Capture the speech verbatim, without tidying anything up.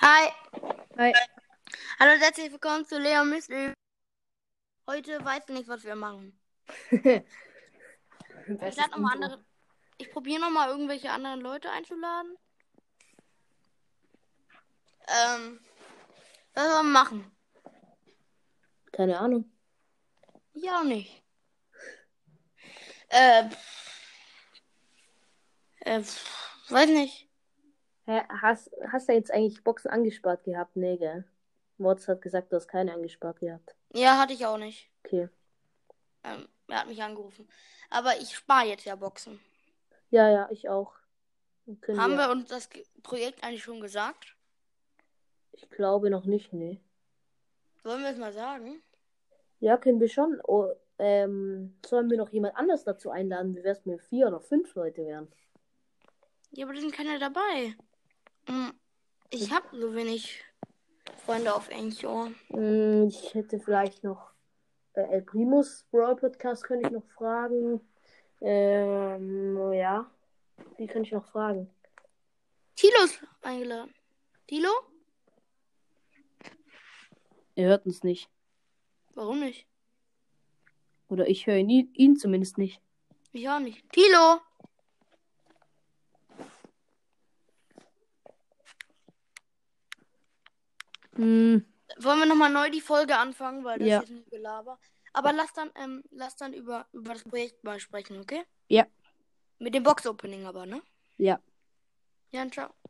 Hi, Hi. hallo und herzlich willkommen zu Leon Mystery. Heute weiß ich nicht, was wir machen. Ich Bestes lade nochmal Intro. andere. Ich probiere nochmal irgendwelche anderen Leute einzuladen. Ähm, was sollen wir machen? Keine Ahnung. Ich auch nicht. Äh, äh, weiß nicht. Hä, hast, hast du jetzt eigentlich Boxen angespart gehabt? Nee, gell? Mods hat gesagt, du hast keine angespart gehabt. Ja, hatte ich auch nicht. Okay. Ähm, er hat mich angerufen. Aber ich spare jetzt ja Boxen. Ja, ja, ich auch. Dann können Haben wir. wir uns das Ge- Projekt eigentlich schon gesagt? Ich glaube noch nicht, nee. Sollen wir es mal sagen? Ja, können wir schon. Oh, ähm, sollen wir noch jemand anders dazu einladen? Wie wär's, wenn vier oder fünf Leute wären? Ja, aber da sind keine dabei. Hm, Ich habe so wenig Freunde auf Anchor. Hm, ich hätte vielleicht noch äh, El Primus Brawl Podcast könnte ich noch fragen. Ähm, ja. Wie könnte ich noch fragen? Tilo ist eingeladen. Tilo? Er hört uns nicht. Warum nicht? Oder ich höre ihn, ihn zumindest nicht. Ich auch nicht. Tilo! Hm, Wollen wir nochmal neu die Folge anfangen, weil das ja. jetzt nicht Gelaber. Aber lass dann, ähm, lass dann über, über das Projekt mal sprechen, okay? Ja. Mit dem Box-Opening aber, ne? Ja. Ja, ciao.